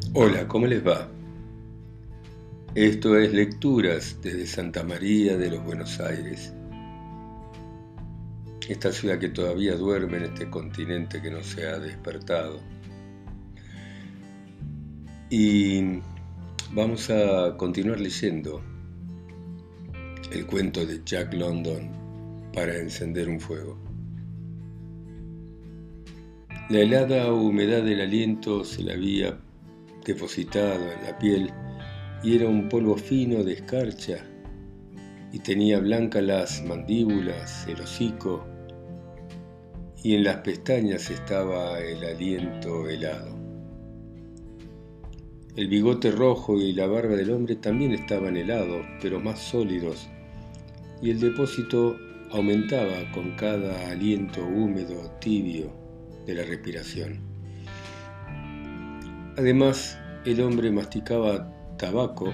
Hola, ¿cómo les va? Esto es Lecturas desde Santa María de los Buenos Aires, esta ciudad que todavía duerme en este continente que no se ha despertado. Y vamos a continuar leyendo el cuento de Jack London para encender un fuego. La helada humedad del aliento se le había depositado en la piel y era un polvo fino de escarcha y tenía blancas las mandíbulas, el hocico y en las pestañas estaba el aliento helado. El bigote rojo y la barba del hombre también estaban helados, pero más sólidos, y el depósito aumentaba con cada aliento húmedo, tibio de la respiración. Además, el hombre masticaba tabaco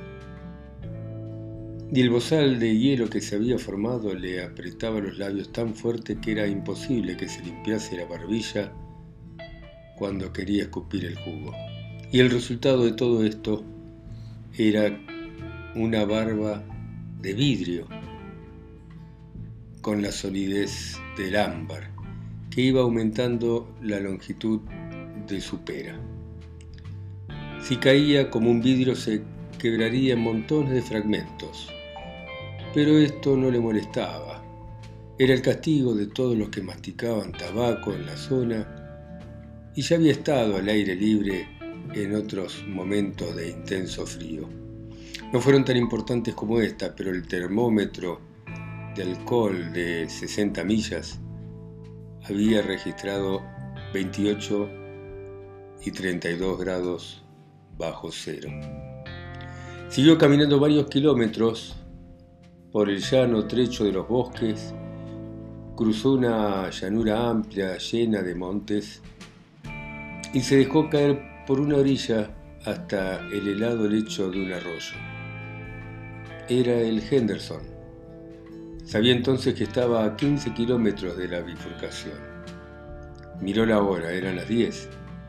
y el bozal de hielo que se había formado le apretaba los labios tan fuerte que era imposible que se limpiase la barbilla cuando quería escupir el jugo. Y el resultado de todo esto era una barba de vidrio con la solidez del ámbar, que iba aumentando la longitud de su pera. Si caía como un vidrio se quebraría en montones de fragmentos, pero esto no le molestaba. Era el castigo de todos los que masticaban tabaco en la zona y ya había estado al aire libre en otros momentos de intenso frío. No fueron tan importantes como esta, pero el termómetro de alcohol de 60 millas había registrado 28 y 32 grados bajo cero. Siguió caminando varios kilómetros por el llano trecho de los bosques, cruzó una llanura amplia llena de montes y se dejó caer por una orilla hasta el helado lecho de un arroyo. Era el Henderson. Sabía entonces que estaba a 15 kilómetros de la bifurcación. Miró la hora, eran las 10.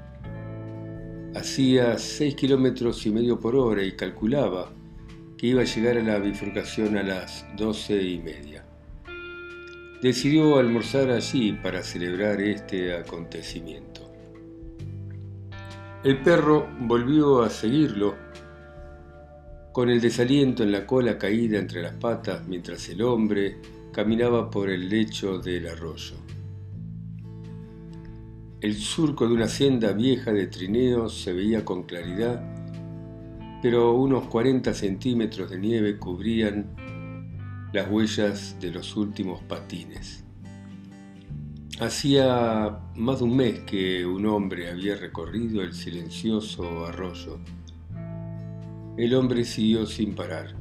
Hacía 6,5 kilómetros por hora y calculaba que iba a llegar a la bifurcación a las 12:30. Decidió almorzar allí para celebrar este acontecimiento. El perro volvió a seguirlo, con el desaliento en la cola caída entre las patas, mientras el hombre caminaba por el lecho del arroyo. El surco de una senda vieja de trineos se veía con claridad, pero unos 40 centímetros de nieve cubrían las huellas de los últimos patines. Hacía más de un mes que un hombre había recorrido el silencioso arroyo. El hombre siguió sin parar.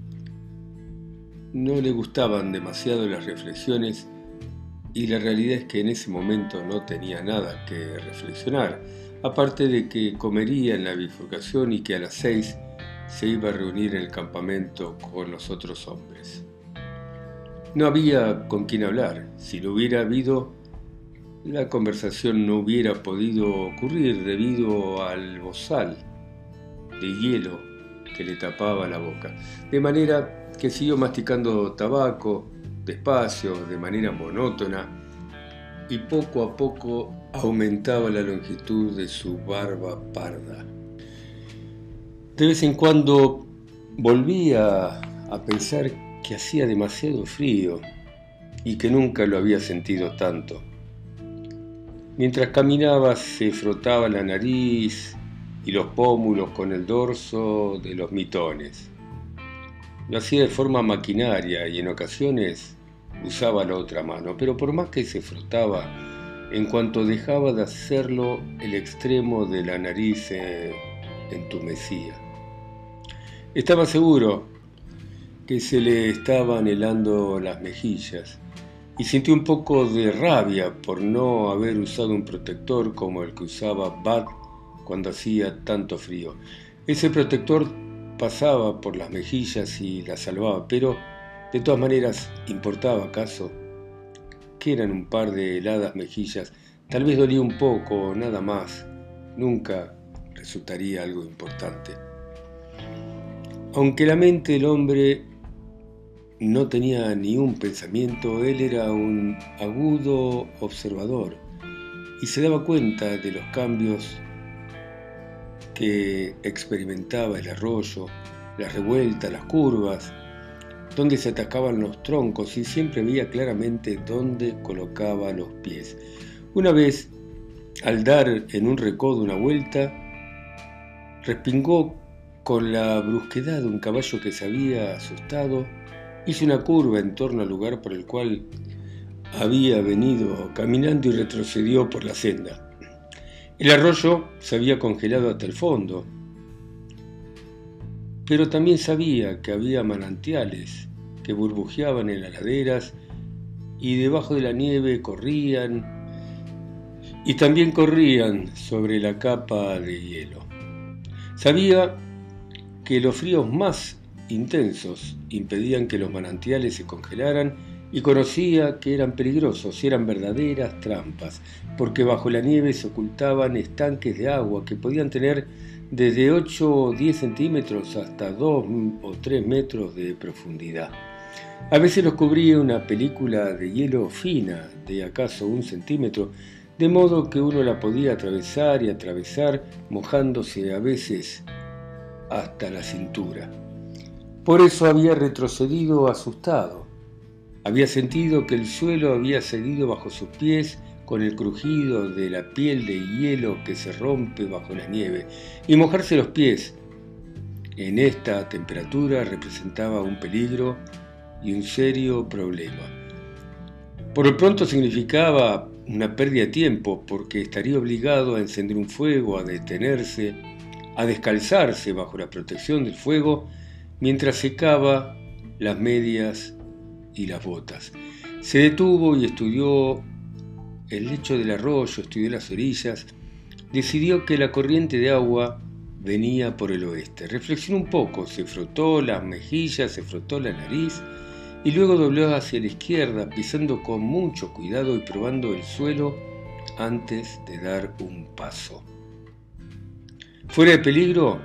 No le gustaban demasiado las reflexiones y la realidad es que en ese momento no tenía nada que reflexionar, aparte de que comería en la bifurcación y que a las 6 se iba a reunir en el campamento con los otros hombres. No había con quién hablar. Si lo hubiera habido, la conversación no hubiera podido ocurrir debido al bozal de hielo que le tapaba la boca. De manera que siguió masticando tabaco, despacio, de manera monótona, y poco a poco aumentaba la longitud de su barba parda. De vez en cuando volvía a pensar que hacía demasiado frío y que nunca lo había sentido tanto. Mientras caminaba se frotaba la nariz y los pómulos con el dorso de los mitones. Lo hacía de forma maquinaria y en ocasiones usaba la otra mano, pero por más que se frotaba, en cuanto dejaba de hacerlo, el extremo de la nariz se entumecía. Estaba seguro que se le estaban helando las mejillas y sintió un poco de rabia por no haber usado un protector como el que usaba Bud cuando hacía tanto frío. Ese protector pasaba por las mejillas y las salvaba, pero de todas maneras, ¿importaba acaso? Que eran un par de heladas mejillas, tal vez dolía un poco, nada más. Nunca resultaría algo importante. Aunque la mente del hombre no tenía ni un pensamiento, él era un agudo observador y se daba cuenta de los cambios que experimentaba el arroyo, las revueltas, las curvas, donde se atacaban los troncos, y siempre veía claramente dónde colocaba los pies. Una vez, al dar en un recodo una vuelta, respingó con la brusquedad de un caballo que se había asustado, hizo una curva en torno al lugar por el cual había venido caminando y retrocedió por la senda. El arroyo se había congelado hasta el fondo, pero también sabía que había manantiales que burbujeaban en las laderas y debajo de la nieve corrían y también corrían sobre la capa de hielo. Sabía que los fríos más intensos impedían que los manantiales se congelaran y conocía que eran peligrosos, eran verdaderas trampas, porque bajo la nieve se ocultaban estanques de agua que podían tener desde 8 o 10 centímetros hasta 2 o 3 metros de profundidad. A veces los cubría una película de hielo fina, de acaso 1 centímetro, de modo que uno la podía atravesar y atravesar, mojándose a veces hasta la cintura. Por eso había retrocedido asustado. Había sentido que el suelo había cedido bajo sus pies con el crujido de la piel de hielo que se rompe bajo la nieve, y mojarse los pies en esta temperatura representaba un peligro y un serio problema. Por lo pronto significaba una pérdida de tiempo, porque estaría obligado a encender un fuego, a detenerse, a descalzarse bajo la protección del fuego mientras secaba las medias y las botas. Se detuvo y estudió el lecho del arroyo, estudió las orillas, decidió que la corriente de agua venía por el oeste. Reflexionó un poco, se frotó las mejillas, se frotó la nariz y luego dobló hacia la izquierda, pisando con mucho cuidado y probando el suelo antes de dar un paso. Fuera de peligro,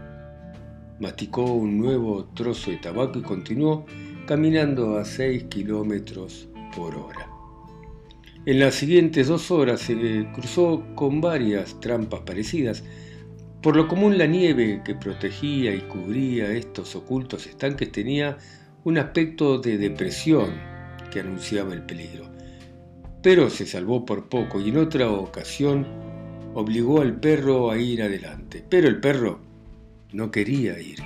masticó un nuevo trozo de tabaco y continuó caminando a 6 kilómetros por hora. En las siguientes 2 horas se cruzó con varias trampas parecidas. Por lo común, la nieve que protegía y cubría estos ocultos estanques tenía un aspecto de depresión que anunciaba el peligro. Pero se salvó por poco y en otra ocasión obligó al perro a ir adelante. Pero el perro no quería ir.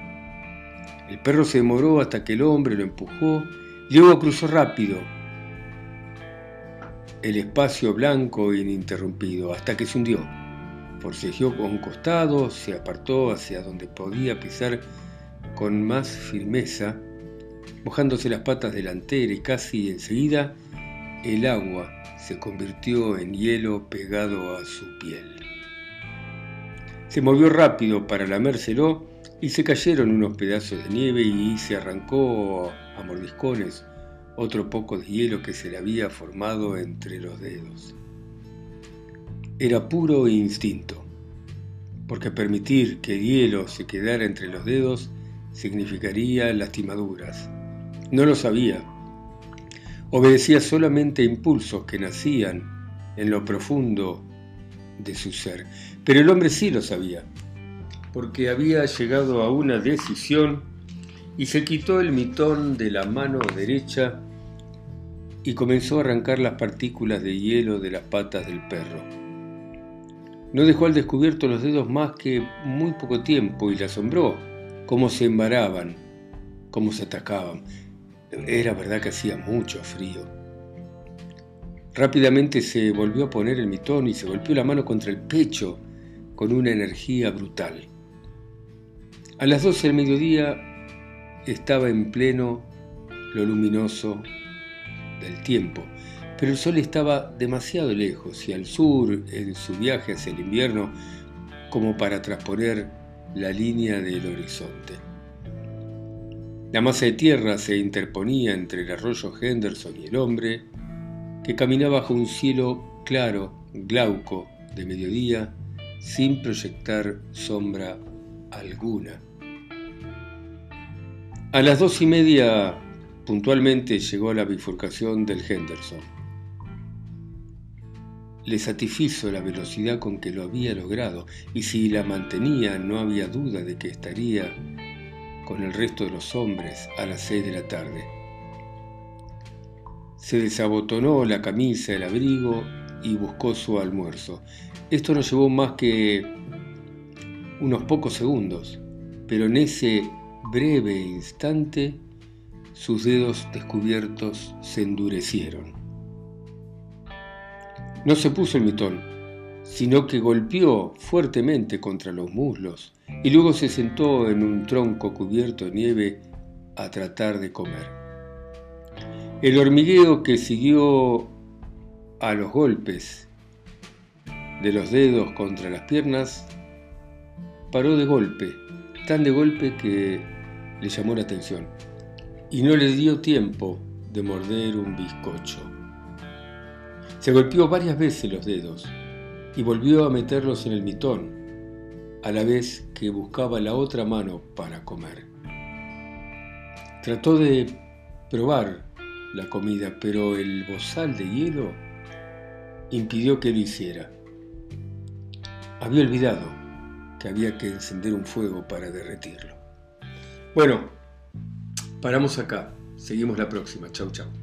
El perro se demoró hasta que el hombre lo empujó y luego cruzó rápido el espacio blanco e ininterrumpido hasta que se hundió. Forcejeó con un costado, se apartó hacia donde podía pisar con más firmeza, mojándose las patas delanteras, y casi enseguida el agua se convirtió en hielo pegado a su piel. Se movió rápido para lamérselo y se cayeron unos pedazos de nieve y se arrancó a mordiscones otro poco de hielo que se le había formado entre los dedos. Era puro instinto, porque permitir que el hielo se quedara entre los dedos significaría lastimaduras. No lo sabía. Obedecía solamente a impulsos que nacían en lo profundo de su ser. Pero el hombre sí lo sabía, porque había llegado a una decisión y se quitó el mitón de la mano derecha y comenzó a arrancar las partículas de hielo de las patas del perro. No dejó al descubierto los dedos más que muy poco tiempo y le asombró cómo se embaraban, cómo se atacaban. Era verdad que hacía mucho frío. Rápidamente se volvió a poner el mitón y se golpeó la mano contra el pecho con una energía brutal. A las 12 del mediodía estaba en pleno lo luminoso del tiempo, pero el sol estaba demasiado lejos y al sur en su viaje hacia el invierno como para trasponer la línea del horizonte. La masa de tierra se interponía entre el arroyo Henderson y el hombre, que caminaba bajo un cielo claro, glauco, de mediodía, sin proyectar sombra alguna. A las 2:30 puntualmente llegó a la bifurcación del Henderson. Le satisfizo la velocidad con que lo había logrado, y si la mantenía no había duda de que estaría con el resto de los hombres a las 6 de la tarde. Se desabotonó la camisa, el abrigo y buscó su almuerzo. Esto no llevó más que unos pocos segundos, pero en ese breve instante sus dedos descubiertos se endurecieron. No se puso el mitón, sino que golpeó fuertemente contra los muslos y luego se sentó en un tronco cubierto de nieve a tratar de comer. El hormigueo que siguió a los golpes de los dedos contra las piernas paró de golpe, tan de golpe que le llamó la atención, y no le dio tiempo de morder un bizcocho. Se golpeó varias veces los dedos y volvió a meterlos en el mitón, a la vez que buscaba la otra mano para comer. Trató de probar la comida, pero el bozal de hielo impidió que lo hiciera. Había olvidado que había que encender un fuego para derretirlo. Bueno, paramos acá. Seguimos la próxima. Chau, chau.